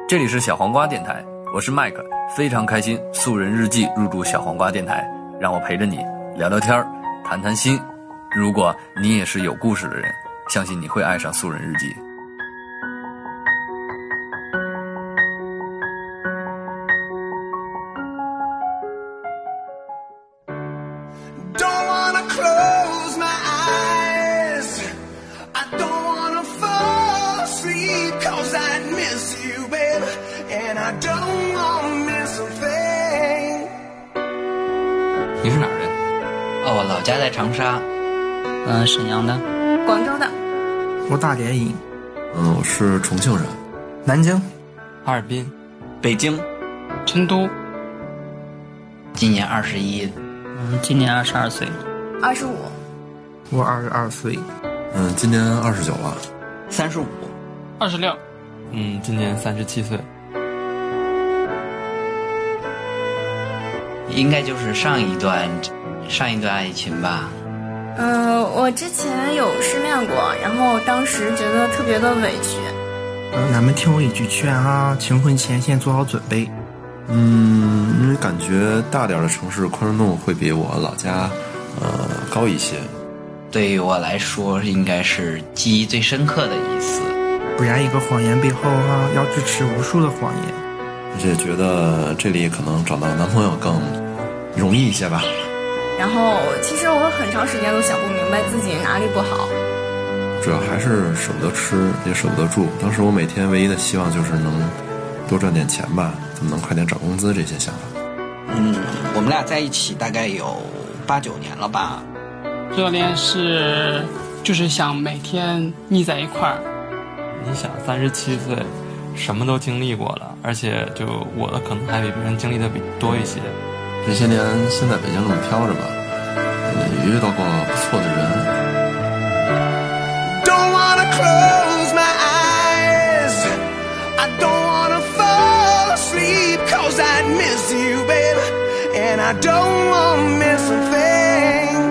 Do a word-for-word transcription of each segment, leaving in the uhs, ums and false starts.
这里是小黄瓜电台，我是麦克，非常开心素人日记入驻小黄瓜电台，让我陪着你聊聊天，谈谈心。如果你也是有故事的人，相信你会爱上素人日记。 你是哪儿人？ 哦，我老家在长沙。 嗯、呃，沈阳的。 广州的。 我大连人。 嗯，我是重庆人。 南京。 哈尔滨。 北京。 成都。 今年二十一。 嗯，今年二十二岁。 二十五。 我二十二岁。 嗯，今年二十九了。 三十五。 二十六。 嗯，今年三十七岁。 应该就是上一段上一段爱情吧。 嗯、呃，我之前有失恋过，然后当时觉得特别的委屈。 嗯，咱们听我一句劝啊，求婚前先做好准备。 嗯，因为感觉大点的城市宽容度会比我老家呃高一些。 对于我来说，应该是记忆最深刻的一次。 不然一个谎言背后啊，要支持无数的谎言。 而且觉得这里可能找到男朋友更容易一些吧。 然后其实我很长时间都想不明白自己哪里不好， 主要还是舍不得吃也舍不得住。当时我每天唯一的希望就是能多赚点钱吧，怎么能快点涨工资，这些想法。 嗯，我们俩在一起大概有八九年了吧。 热恋是就是想每天腻在一块儿。 你想三十七岁什么都经历过了，而且就我的可能还比别人经历的比多一些。 这些年先在北京这么飘着吧，也遇到过不错的人。Don't wanna close my eyes, I don't wanna fall asleep, cause I miss you, baby, and I don't wanna miss a thing.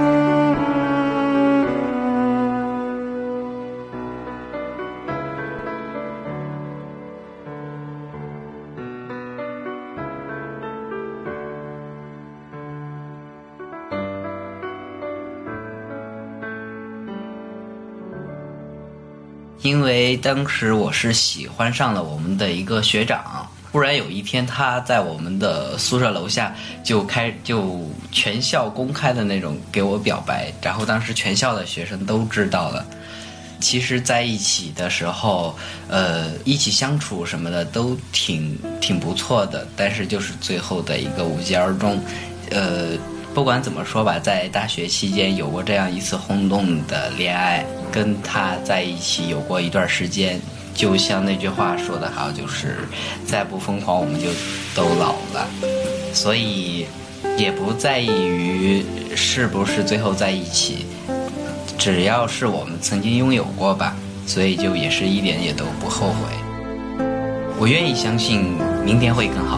因为当时我是喜欢上了我们的一个学长，忽然有一天他在我们的宿舍楼下就开就全校公开的那种给我表白，然后当时全校的学生都知道了。其实在一起的时候呃，一起相处什么的都挺挺不错的，但是就是最后的一个无疾而终。呃不管怎么说吧，在大学期间有过这样一次轰动的恋爱，跟他在一起有过一段时间，就像那句话说得好，就是再不疯狂我们就都老了。所以也不在意于是不是最后在一起，只要是我们曾经拥有过吧，所以就也是一点也都不后悔。我愿意相信明天会更好。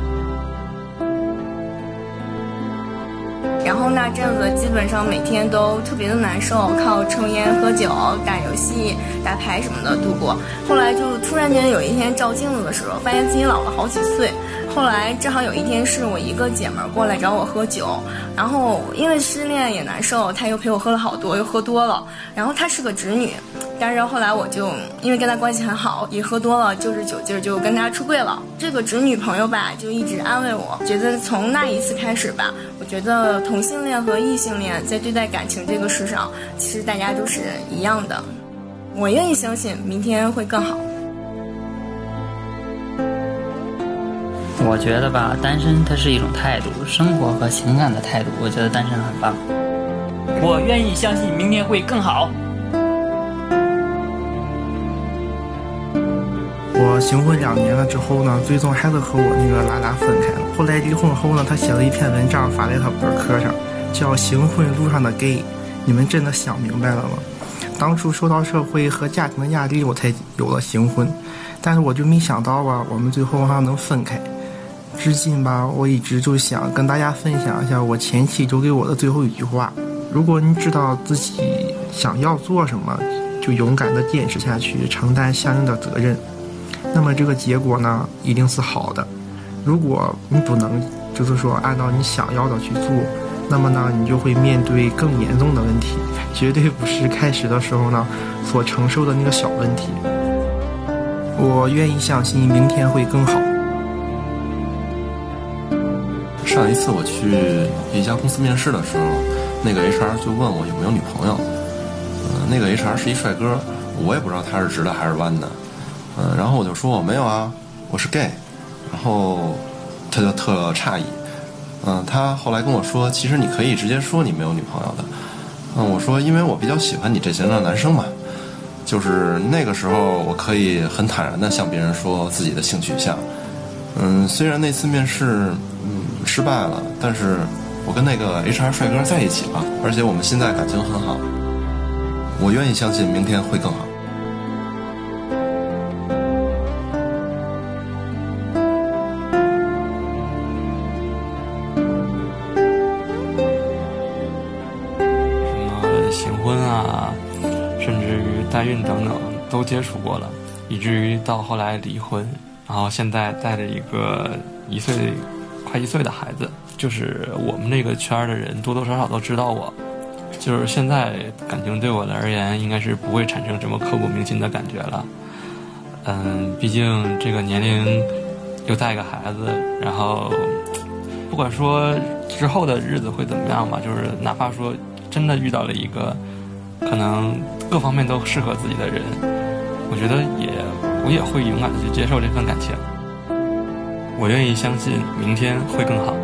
然后那阵子基本上每天都特别的难受，靠抽烟喝酒打游戏打牌什么的度过。后来就突然间有一天照镜子的时候发现自己老了好几岁。后来正好有一天是我一个姐们儿过来找我喝酒，然后因为失恋也难受，她又陪我喝了好多，又喝多了。然后她是个直女，但是后来我就因为跟她关系很好，一喝多了就是酒劲儿就跟她出柜了。这个直女朋友吧就一直安慰我，觉得从那一次开始吧，我觉得同性恋和异性恋在对待感情这个事上其实大家都是一样的。我愿意相信明天会更好。 我觉得吧，单身它是一种态度，生活和情感的态度，我觉得单身很棒。我愿意相信明天会更好。 我行婚两年了之后呢，最终还是和我那个拉拉分开了。后来离婚后呢，他写了一篇文章发在他博客上，叫《行婚路上的 gay》。你们真的想明白了吗？当初受到社会和家庭的压力，我才有了行婚，但是我就没想到吧，我们最后还能分开。至今吧，我一直就想跟大家分享一下我前妻留给我的最后一句话：如果你知道自己想要做什么，就勇敢地坚持下去，承担相应的责任。 那么这个结果呢一定是好的。如果你不能就是说按照你想要的去做，那么呢你就会面对更严重的问题，绝对不是开始的时候呢所承受的那个小问题。我愿意相信明天会更好。 上一次我去一家公司面试的时候，那个 H R 就问我有没有女朋友。呃、那个 H R 是一帅哥，我也不知道他是直的还是弯的。呃、然后我就说我没有啊，我是 gay。然后他就特诧异。嗯、呃，他后来跟我说，其实你可以直接说你没有女朋友的。嗯、呃，我说因为我比较喜欢你这型的男生嘛。就是那个时候我可以很坦然地向别人说自己的性取向。嗯，虽然那次面试嗯失败了，但是我跟那个 H R 帅哥在一起了，而且我们现在感情很好。我愿意相信明天会更好。 代孕等等都接触过了，以至于到后来离婚，然后现在带着一个一岁快一岁的孩子。就是我们那个圈的人多多少少都知道我，就是现在感情对我而言应该是不会产生什么刻骨铭心的感觉了。嗯，毕竟这个年龄又带一个孩子，然后不管说之后的日子会怎么样吧，就是哪怕说真的遇到了一个可能各方面都适合自己的人，我觉得也我也会勇敢的去接受这份感情。我愿意相信明天会更好。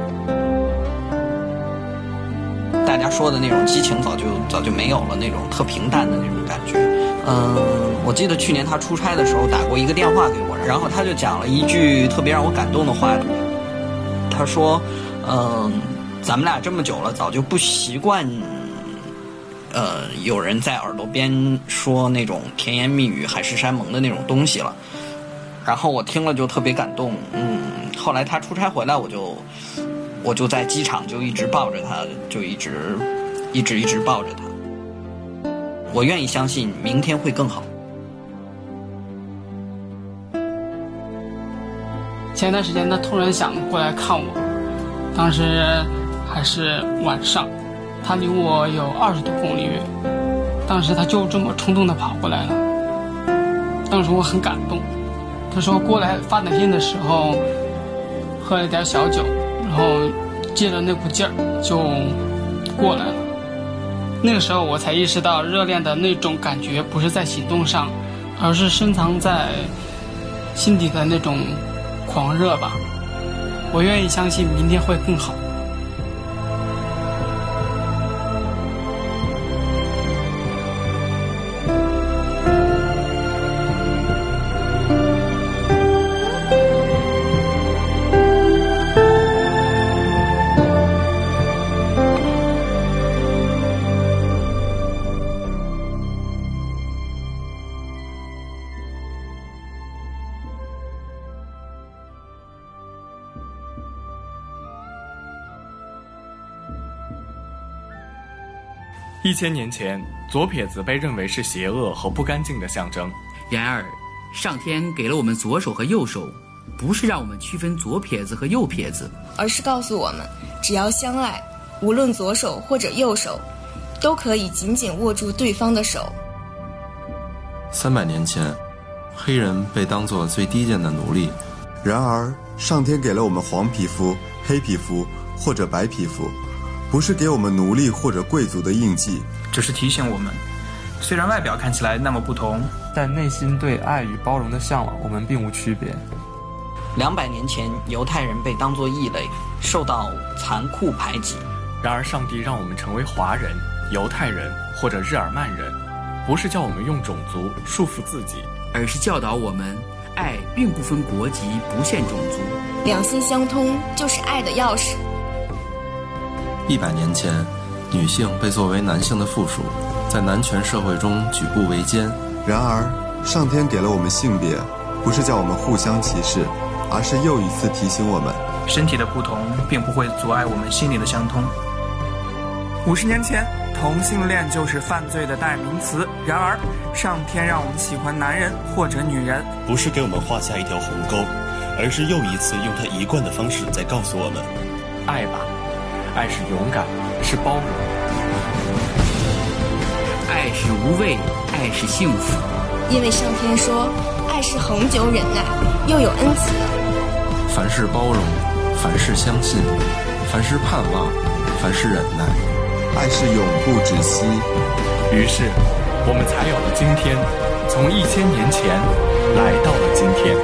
大家说的那种激情早就早就没有了，那种特平淡的那种感觉。嗯，我记得去年他出差的时候打过一个电话给我，然后他就讲了一句特别让我感动的话。他说：“嗯，咱们俩这么久了，早就不习惯。”呃，有人在耳朵边说那种甜言蜜语、海誓山盟的那种东西了，然后我听了就特别感动。嗯，后来他出差回来，我就我就在机场就一直抱着他，就一直一直一直抱着他。我愿意相信明天会更好。 前一段时间他突然想过来看我，当时还是晚上。他离我有二十多公里远，当时他就这么冲动地跑过来了，当时我很感动。他说过来发短信的时候喝了点小酒，然后借着那股劲儿就过来了。那个时候我才意识到热恋的那种感觉不是在行动上，而是深藏在心底的那种狂热吧。我愿意相信明天会更好。 一千年前，左撇子被认为是邪恶和不干净的象征。 然而，上天给了我们左手和右手，不是让我们区分左撇子和右撇子， 而是告诉我们，只要相爱，无论左手或者右手，都可以紧紧握住对方的手。 三百年前，黑人被当作最低贱的奴隶。 然而，上天给了我们黄皮肤、黑皮肤或者白皮肤。不是给我们奴隶或者贵族的印记， 只是提醒我们，虽然外表看起来那么不同， 但内心对爱与包容的向往，我们并无区别。 两百年前，犹太人被当作异类，受到残酷排挤。 然而，上帝让我们成为华人、犹太人或者日耳曼人，不是叫我们用种族束缚自己， 而是教导我们，爱并不分国籍，不限种族， 两心相通就是爱的钥匙。 一百年前，女性被作为男性的附属，在男权社会中举步维艰。 然而，上天给了我们性别，不是叫我们互相歧视，而是又一次提醒我们， 身体的不同并不会阻碍我们心灵的相通。 五十年前，同性恋就是犯罪的代名词。然而，上天让我们喜欢男人或者女人， 不是给我们画下一条鸿沟，而是又一次用他一贯的方式在告诉我们： 爱吧，爱是勇敢，是包容， 爱是无畏，爱是幸福。 因为上天说，爱是恒久忍耐，又有恩慈。 凡事包容，凡事相信，凡事盼望，凡事忍耐， 爱是永不止息。 于是，我们才有了今天，从一千年前来到了今天。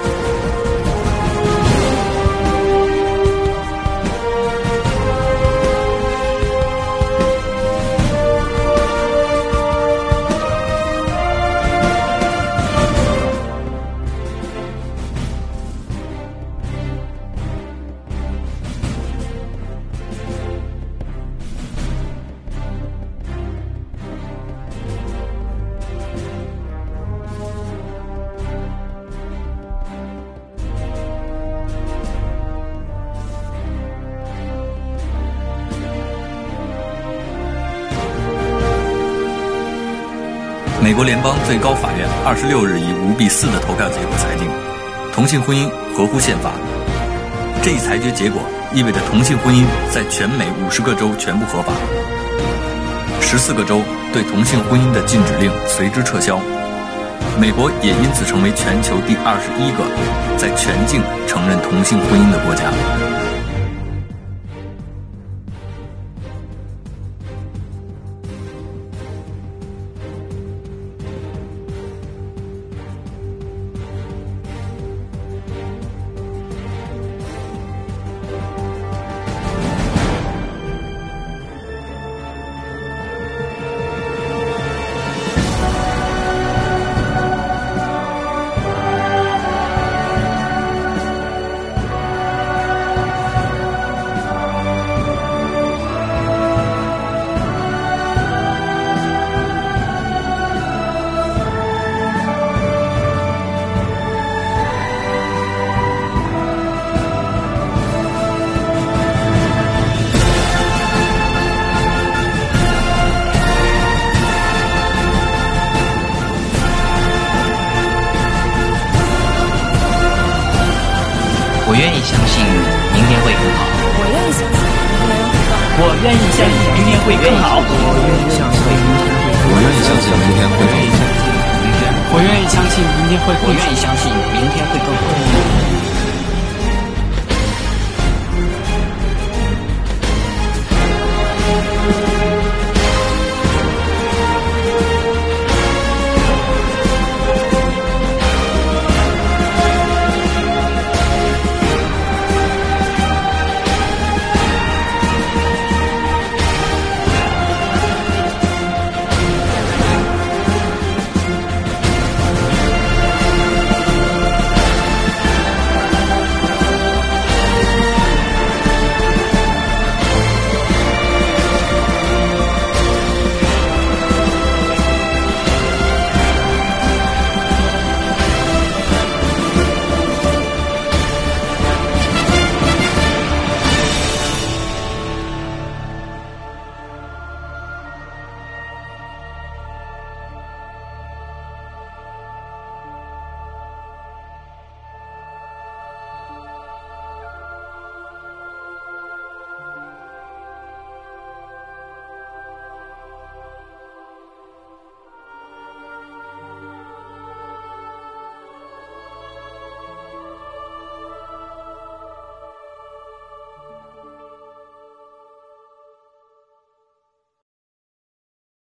美国联邦最高法院二十六日以五比四的投票结果裁定，同性婚姻合乎宪法。这一裁决结果意味着同性婚姻在全美五十个州全部合法，十四个州对同性婚姻的禁止令随之撤销。美国也因此成为全球第二十一个在全境承认同性婚姻的国家。 我愿意相信明天会更好。 我愿意相信明天会更好。 我愿意相信明天会更好。 我愿意相信明天会更好。 我愿意相信明天会更好。 我愿意相信明天会更好。 我愿意相信明